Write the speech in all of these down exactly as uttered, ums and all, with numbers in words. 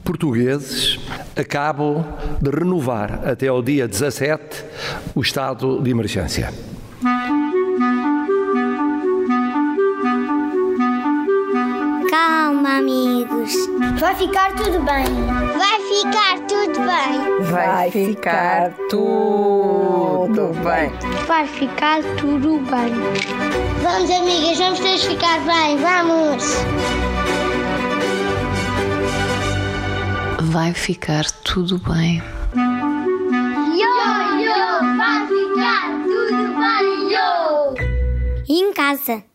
portugueses acabam de renovar até ao dia dezassete o estado de emergência. Calma, amigos. Vai ficar tudo bem. Vai ficar tudo bem. Vai ficar tudo bem. Vai ficar tudo bem. Vamos, amigas, vamos todos ficar bem. Vamos. Vai ficar tudo bem. Yo, yo, vai ficar tudo bem, yo. E em casa?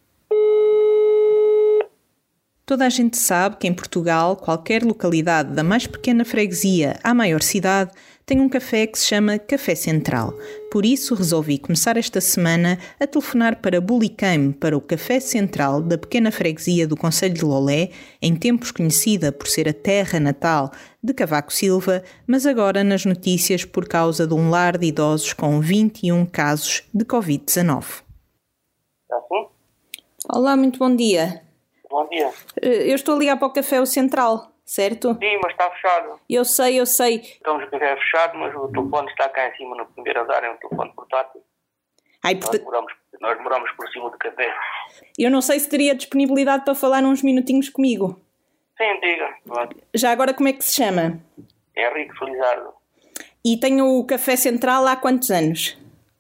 Toda a gente sabe que em Portugal, qualquer localidade da mais pequena freguesia à maior cidade tem um café que se chama Café Central. Por isso resolvi começar esta semana a telefonar para Bulicame, para o Café Central da pequena freguesia do concelho de Lolé, em tempos conhecida por ser a terra natal de Cavaco Silva, mas agora nas notícias por causa de um lar de idosos com vinte e um casos de covid dezanove. Está sim? Olá, muito bom dia. Bom dia. Eu estou a ligar para o Café Central, certo? Sim, mas está fechado. Eu sei, eu sei. Estamos com o café fechado, mas o telefone está cá em cima no primeiro andar, é um telefone portátil. Ai, nós, porta... moramos, nós moramos por cima do café. Eu não sei se teria disponibilidade para falar uns minutinhos comigo. Sim, diga. Pode. Já agora como é que se chama? Henrique Felizardo. E tem o Café Central há quantos anos?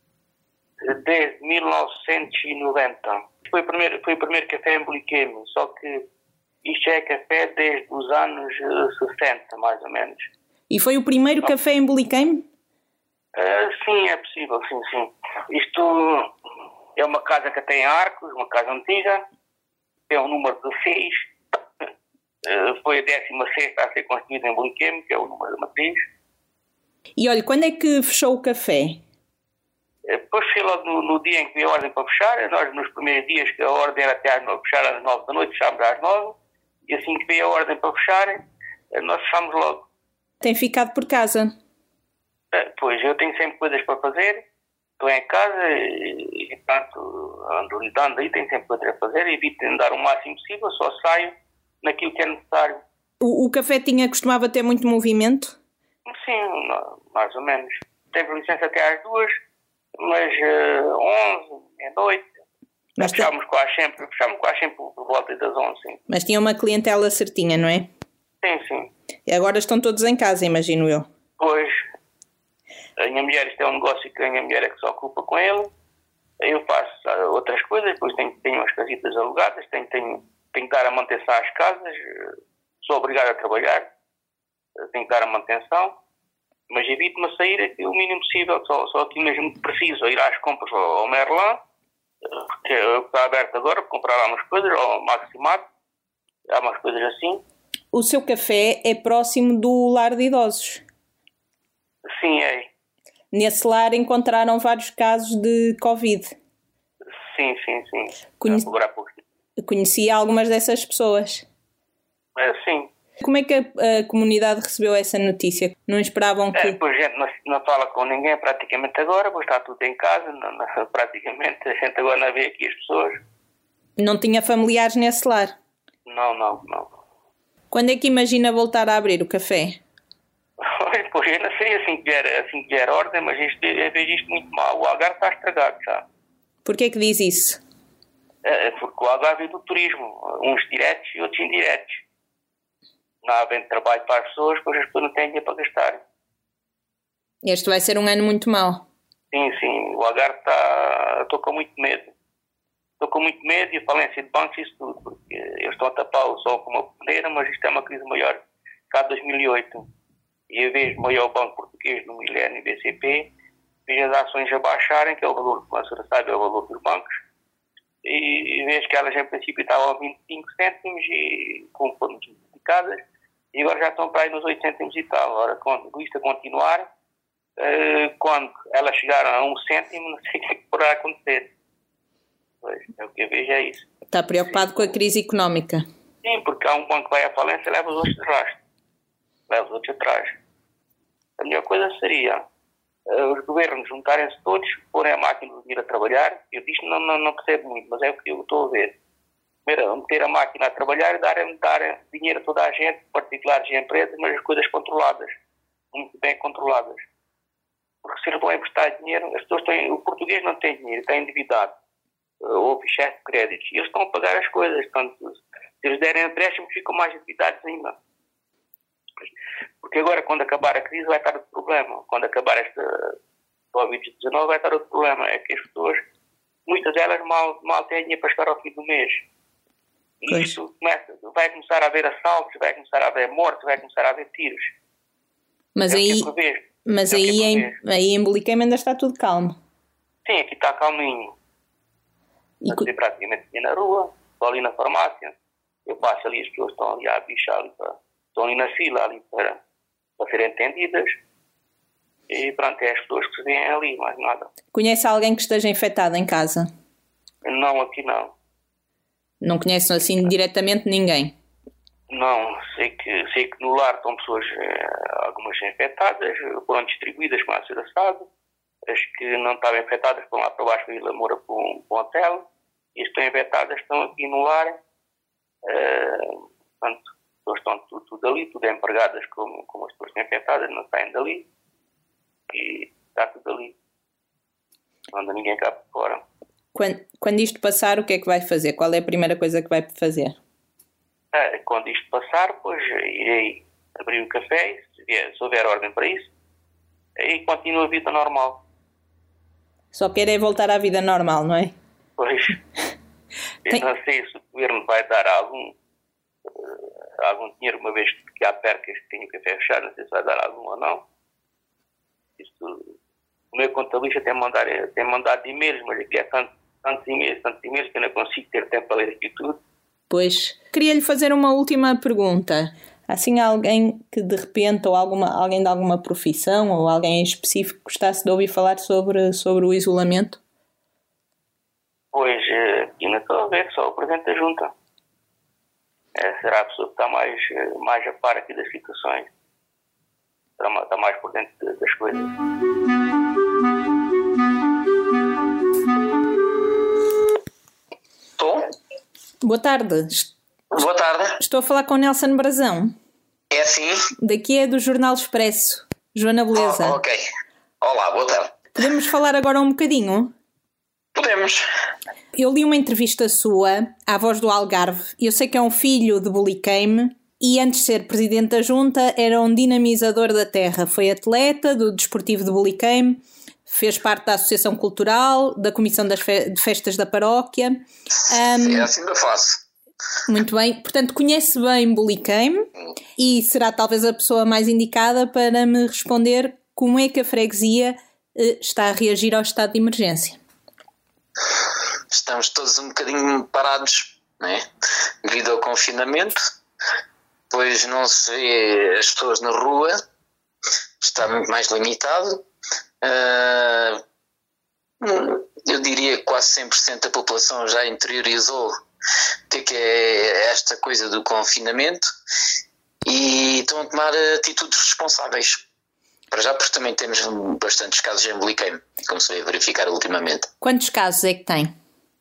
Desde mil novecentos e noventa. Foi o primeiro, foi o primeiro café em Bulicame, só que isto já é café desde os anos sessenta, mais ou menos. E foi o primeiro então, café em Bulicame? Uh, sim, é possível, sim, sim. Isto é uma casa que tem arcos, uma casa antiga, tem um número dezesseis, uh, foi a décima sexta a ser construída em Bulicame, que é o número da matriz. E olha, quando é que fechou o café? Depois foi logo no, no dia em que veio a ordem para fechar. Nós, nos primeiros dias, que a ordem era até às nove, fechar às nove da noite, fechámos às nove. E assim que veio a ordem para fechar, nós fechámos logo. Tem ficado por casa? Pois, eu tenho sempre coisas para fazer. Estou em casa e, portanto, ando lidando aí, tenho sempre coisas a fazer. Evito de andar o máximo possível, só saio naquilo que é necessário. O, o café tinha, costumava ter muito movimento? Sim, mais ou menos. Teve licença até às duas. Mas uh, onze, meia-noite, mas fechámos tem... quase sempre, fechámos quase sempre por volta das onze, sim. Mas tinha uma clientela certinha, não é? Sim, sim. E agora estão todos em casa, imagino eu. Pois, a minha mulher, isto é um negócio que a minha mulher é que se ocupa com ele, eu faço outras coisas, depois tenho, tenho as casitas alugadas, tenho, tenho, tenho que dar a manutenção às casas, sou obrigado a trabalhar, tenho que dar a manutenção. Mas evito-me a sair o mínimo possível, só, só aqui mesmo que preciso, ir às compras ao, ao Merlin, que está aberto agora, para comprar lá umas coisas, ao Maximato, há umas coisas assim. O seu café é próximo do lar de idosos? Sim, é. Nesse lar encontraram vários casos de Covid? Sim, sim, sim. Conheci... Conhecia algumas dessas pessoas? É, sim. Como é que a, a comunidade recebeu essa notícia? Não esperavam que... É, pois a gente não, não fala com ninguém praticamente agora, pois está tudo em casa, não, não, praticamente a gente agora não vê aqui as pessoas. Não tinha familiares nesse lar? Não, não, não. Quando é que imagina voltar a abrir o café? Pois eu não sei assim que vier, assim que vier ordem, mas isto, eu vejo isto muito mal. O Algarve está estragado, sabe? Porquê é que diz isso? É, porque o Algarve é do turismo, uns diretos e outros indiretos. Não há bem de trabalho para as pessoas, pois as pessoas não têm dinheiro para gastar. Este vai ser um ano muito mau. Sim, sim. O Algarve está... Estou com muito medo. Estou com muito medo e a falência de bancos e isso tudo, porque eles estão a tapar o sol com uma peneira, mas isto é uma crise maior que há dois mil e oito. E a vez do maior banco português no milénio B C P, vejo as ações a baixarem, que é o valor, como a senhora sabe, é o valor dos bancos, e vejo que elas em princípio estavam a vinte e cinco cêntimos e como foram multiplicadas, e agora já estão para aí nos oito cêntimos e tal. Ora, quando isto a continuar, uh, quando elas chegaram a um cêntimo, não sei o que é que poderá acontecer. Pois, é o que eu vejo é isso. Está preocupado Sim. com a crise económica? Sim, porque há um banco que vai à falência e leva os outros de rastro. Leva os outros atrás. A melhor coisa seria uh, os governos juntarem-se todos, porem a máquina do dinheiro a trabalhar. Eu disto não, não, não percebo muito, mas é o que eu estou a ver. meter a máquina a trabalhar e dar, dar dinheiro a toda a gente, particulares e empresas, mas as coisas controladas, muito bem controladas. Porque se eles vão emprestar dinheiro, as pessoas têm, o português não tem dinheiro, está endividado, houve excesso de créditos, e eles estão a pagar as coisas, portanto, se eles derem empréstimos ficam mais endividados ainda. Porque agora, quando acabar a crise, vai estar outro problema. Quando acabar esta covid dezanove, vai estar outro problema. É que as pessoas, muitas delas, mal, mal têm dinheiro para chegar ao fim do mês. E isto começa, vai começar a haver assaltos, vai começar a haver mortes, vai começar a haber tiros. Mas é aí, mas é aí, em, aí em Bulicame ainda está tudo calmo. Sim, aqui está calminho. E co... praticamente aqui na rua, estou ali na farmácia. Eu passo ali, as pessoas estão ali a bichar ali para... Estão ali na fila ali para, para serem atendidas e pronto, é as pessoas que se veem ali, mais nada. Conhece alguém que esteja infectado em casa? Não, aqui não. Não conhecem assim diretamente ninguém? Não, sei que, sei que no lar estão pessoas, algumas infectadas, foram distribuídas com a ser assado, as que não estavam infectadas estão lá para baixo da Vila Moura para um, para um hotel, e as que estão infectadas estão aqui no lar, uh, portanto, estão tudo, tudo ali, tudo empregadas como, como as pessoas infectadas, não saem dali e está tudo ali. Não anda ninguém cá por fora. Quando, quando isto passar, o que é que vai fazer? Qual é a primeira coisa que vai fazer? É, quando isto passar, pois irei abrir o café, se, vier, se houver ordem para isso, e continua a vida normal. Só quer é voltar à vida normal, não é? Pois. Eu Tem... não sei se o governo vai dar algum algum dinheiro, uma vez que há percas que tenho que fechar, não sei se vai dar algum ou não. Isto, o meu contabilista tem mandado, tem mandado e-mails, mas aqui há tantos, tantos e-mails, tantos e-mails que eu não consigo ter tempo para ler aqui tudo. Pois, queria-lhe fazer uma última pergunta. Assim, alguém que de repente, ou alguma, alguém de alguma profissão, ou alguém em específico, gostasse de ouvir falar sobre, sobre o isolamento? Pois, aqui não estou a ver, só o Presidente da Junta. É, será a pessoa que está mais, mais a par aqui das situações, está, está mais por dentro das coisas. Estou? Boa tarde. Boa tarde. Estou a falar com Nelson Brazão. É sim? Daqui é do Jornal Expresso. Joana Beleza. Oh, ok. Olá, boa tarde. Podemos falar agora um bocadinho? Podemos. Eu li uma entrevista sua à Voz do Algarve. Eu sei que é um filho de Bulicame e antes de ser presidente da junta era um dinamizador da terra. Foi atleta do Desportivo de Bulicame, fez parte da Associação Cultural, da Comissão das fe- de Festas da Paróquia. Um, é assim que eu faço. Muito bem. Portanto, conhece bem Bulicame e será talvez a pessoa mais indicada para me responder como é que a freguesia eh, está a reagir ao estado de emergência. Estamos todos um bocadinho parados, né? Devido ao confinamento, pois não se vê as pessoas na rua, está muito mais limitado. Uh, eu diria que quase cem por cento da população já interiorizou o que é, que é esta coisa do confinamento e estão a tomar atitudes responsáveis. Para já, porque também temos bastantes casos em Bulicame, como se veio verificar ultimamente. Quantos casos é que tem?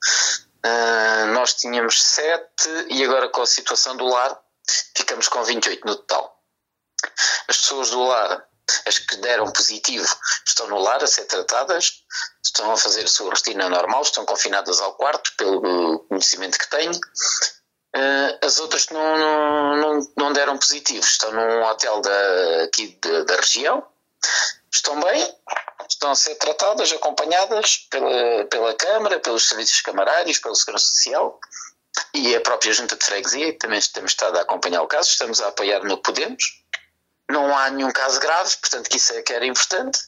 Uh, nós tínhamos sete e agora com a situação do lar ficamos com vinte e oito no total. As pessoas do lar, as que deram positivo, estão no lar a ser tratadas, estão a fazer a sua rotina normal, estão confinadas ao quarto pelo conhecimento que têm. Uh, as outras que não, não, não, não deram positivo estão num hotel da, aqui de, da região, estão bem, estão a ser tratadas, acompanhadas pela, pela Câmara, pelos serviços camarários, pela Segurança Social e a própria Junta de Freguesia, que também temos estado a acompanhar o caso, estamos a apoiar no que podemos. Não há nenhum caso grave, portanto que isso é que era importante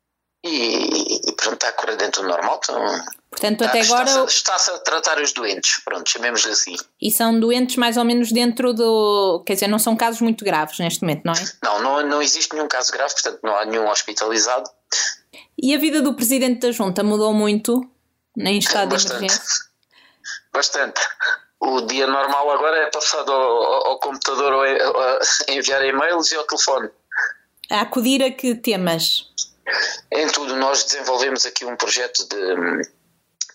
e, e portanto está a correr dentro do normal. Então, portanto, está, até agora... Está-se, está-se a tratar os doentes, pronto, chamemos-lhe assim. E são doentes mais ou menos dentro do... Quer dizer, não são casos muito graves neste momento, não é? Não, não, não existe nenhum caso grave, portanto não há nenhum hospitalizado. E a vida do Presidente da Junta mudou muito em estado Bastante. de emergência? Bastante. O dia normal agora é passado ao, ao computador ou a enviar e-mails e ao telefone. A acudir a que temas? Em tudo, nós desenvolvemos aqui um projeto de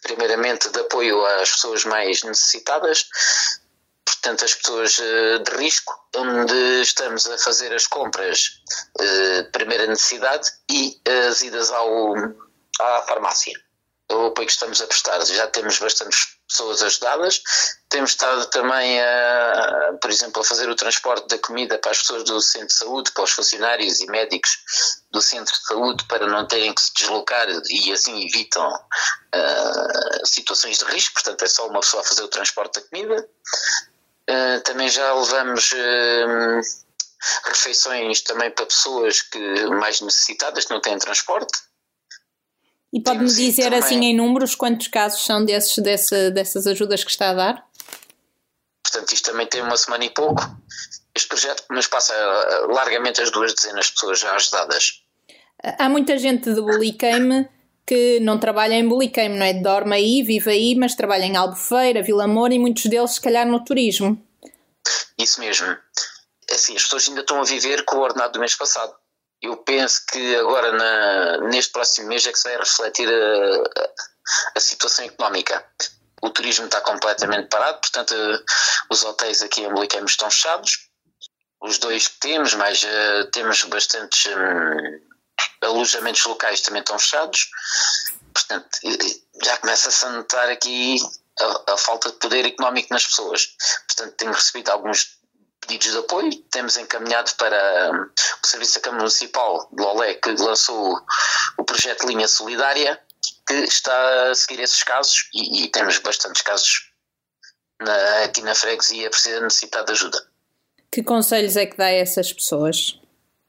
primeiramente de apoio às pessoas mais necessitadas, portanto as pessoas de risco, onde estamos a fazer as compras de primeira necessidade e as idas ao, à farmácia. O apoio que estamos a prestar, já temos bastantes pessoas ajudadas, temos estado também, a, por exemplo, a fazer o transporte da comida para as pessoas do centro de saúde, para os funcionários e médicos do centro de saúde, para não terem que se deslocar e assim evitam uh, situações de risco, portanto é só uma pessoa a fazer o transporte da comida. Uh, também já levamos uh, refeições também para pessoas que, mais necessitadas, que não têm transporte. E pode-me dizer também, assim em números quantos casos são desses, dessa, dessas ajudas que está a dar? Portanto, isto também tem uma semana e pouco, este projeto, mas passa largamente as duas dezenas de pessoas já ajudadas. Há muita gente de Bulicame que não trabalha em Bulicame, não é? Dorme aí, vive aí, mas trabalha em Albufeira, Vila Moura e muitos deles se calhar no turismo. Isso mesmo. Assim, as pessoas ainda estão a viver com o ordenado do mês passado. Eu penso que agora na, neste próximo mês é que se vai refletir a, a, a situação económica. O turismo está completamente parado, portanto os hotéis aqui em Bulicame estão fechados. Os dois que temos, mas uh, temos bastantes um, alojamentos locais também estão fechados. Portanto, já começa-se a notar aqui a, a falta de poder económico nas pessoas. Portanto, tenho recebido alguns pedidos de apoio, temos encaminhado para um, o Serviço da Câmara Municipal de Lolé, que lançou o projeto Linha Solidária, que está a seguir esses casos e, e temos bastantes casos na, aqui na freguesia a precisar de necessidade de ajuda. Que conselhos é que dá a essas pessoas?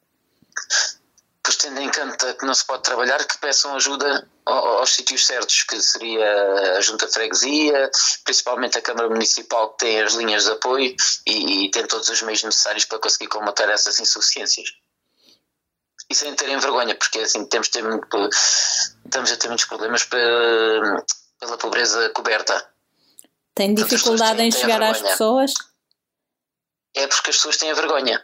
Pois tendo em conta que não se pode trabalhar, que peçam ajuda aos, aos sítios certos, que seria a Junta de Freguesia, principalmente a Câmara Municipal, que tem as linhas de apoio e, e tem todos os meios necessários para conseguir combater essas insuficiências. E sem terem vergonha, porque assim temos, ter muito, estamos a ter muitos problemas pela, pela pobreza coberta. Tem dificuldade têm, em têm chegar às pessoas? É porque as pessoas têm a vergonha.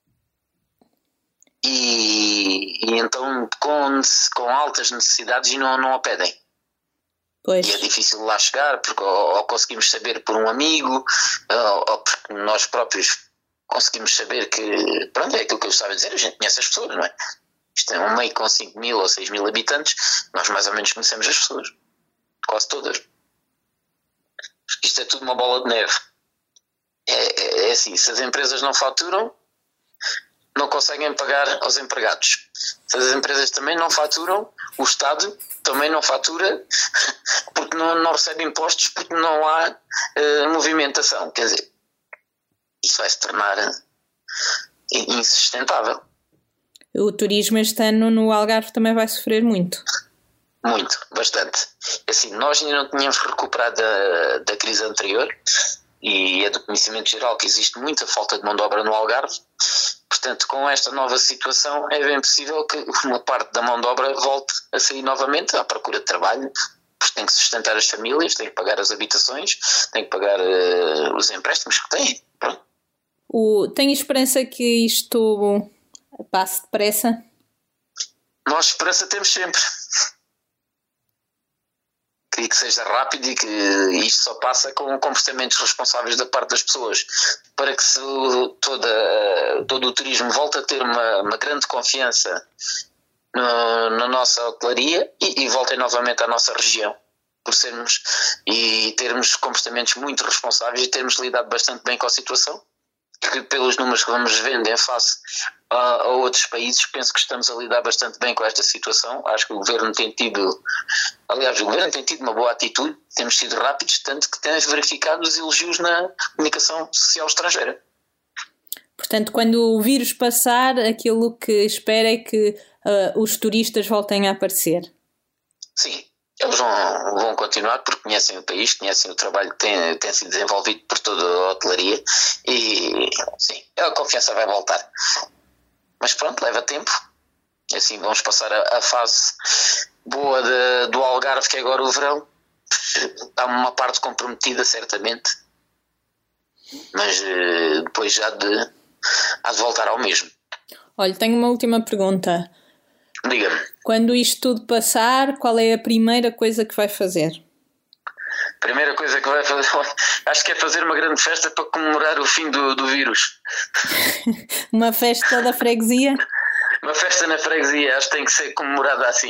E, e então com, com altas necessidades e não, não a pedem. Pois. E é difícil lá chegar, porque ou, ou conseguimos saber por um amigo, ou, ou porque nós próprios conseguimos saber que, pronto, é aquilo que eu estava a dizer, a gente conhece as pessoas, não é? Isto é um meio com cinco mil ou seis mil habitantes, nós mais ou menos conhecemos as pessoas, quase todas. Isto é tudo uma bola de neve. É, é, é assim, se as empresas não faturam, não conseguem pagar aos empregados. Se as empresas também não faturam, o Estado também não fatura porque não, não recebe impostos, porque não há uh, movimentação. Quer dizer, isso vai se tornar insustentável. O turismo este ano no Algarve também vai sofrer muito. Muito, bastante. Assim, nós ainda não tínhamos recuperado da, da crise anterior e é do conhecimento geral que existe muita falta de mão de obra no Algarve. Portanto, com esta nova situação é bem possível que uma parte da mão de obra volte a sair novamente à procura de trabalho, porque tem que sustentar as famílias, tem que pagar as habitações, tem que pagar uh, os empréstimos que têm. Pronto. O, tem esperança que isto passe depressa? Nós esperança temos sempre. Queria que seja rápido e que isto só passa com comportamentos responsáveis da parte das pessoas, para que se toda, todo o turismo volte a ter uma, uma grande confiança no, na nossa hotelaria e, e voltem novamente à nossa região, por sermos e termos comportamentos muito responsáveis e termos lidado bastante bem com a situação, que pelos números que vamos vendo em face a, a outros países, penso que estamos a lidar bastante bem com esta situação. Acho que o Governo tem tido, aliás, o Governo tem tido uma boa atitude, temos sido rápidos, tanto que temos verificado os elogios na comunicação social estrangeira. Portanto, quando o vírus passar, aquilo que espera é que uh, os turistas voltem a aparecer. Sim. Eles vão, vão continuar porque conhecem o país, conhecem o trabalho que tem, tem sido desenvolvido por toda a hotelaria e sim, a confiança vai voltar. Mas pronto, leva tempo. Assim vamos passar a, a fase boa de, do Algarve, que é agora o verão. Há uma parte comprometida, certamente. Mas depois já de, há de voltar ao mesmo. Olha, tenho uma última pergunta. Diga-me. Quando isto tudo passar, qual é a primeira coisa que vai fazer? Primeira coisa que vai fazer, acho que é fazer uma grande festa para comemorar o fim do, do vírus. Uma festa da freguesia? Uma festa na freguesia, acho que tem que ser comemorada assim.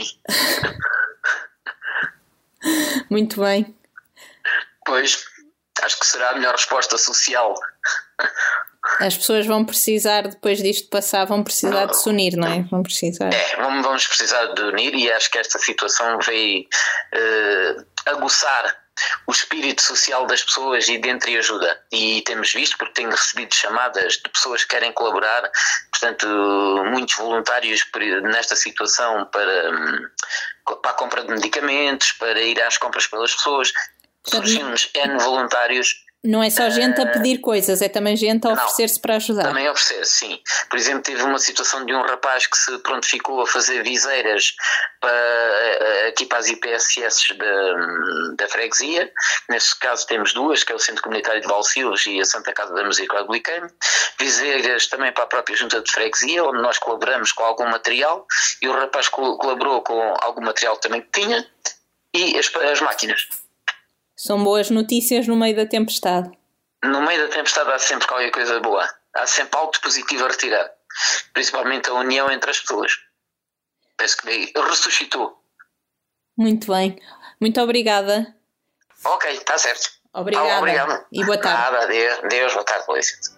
Muito bem. Pois, acho que será a melhor resposta social. As pessoas vão precisar, depois disto passar, vão precisar de se unir, não é? Vão precisar. É, vamos precisar de unir e acho que esta situação veio uh, aguçar o espírito social das pessoas e de entreajuda. E temos visto, porque tenho recebido chamadas de pessoas que querem colaborar, portanto, muitos voluntários nesta situação para, para a compra de medicamentos, para ir às compras pelas pessoas. Surgimos N voluntários. Não é só gente a pedir coisas, é também gente a oferecer-se para ajudar. Também oferecer, sim. Por exemplo, teve uma situação de um rapaz que se prontificou a fazer viseiras para, aqui para as I P S S da, da freguesia. Neste caso temos duas, que é o Centro Comunitário de Valsilves e a Santa Casa da Música Anglicana. Viseiras também para a própria Junta de Freguesia, onde nós colaboramos com algum material, e o rapaz colaborou com algum material também que tinha, e as, as máquinas. São boas notícias no meio da tempestade. No meio da tempestade há sempre qualquer coisa boa. Há sempre algo positivo a retirar. Principalmente a união entre as pessoas. Penso que ressuscitou. Muito bem. Muito obrigada. Ok, está certo. Obrigada. Ah, obrigado. E boa tarde. Nada, Deus, Deus boa tarde, com licença.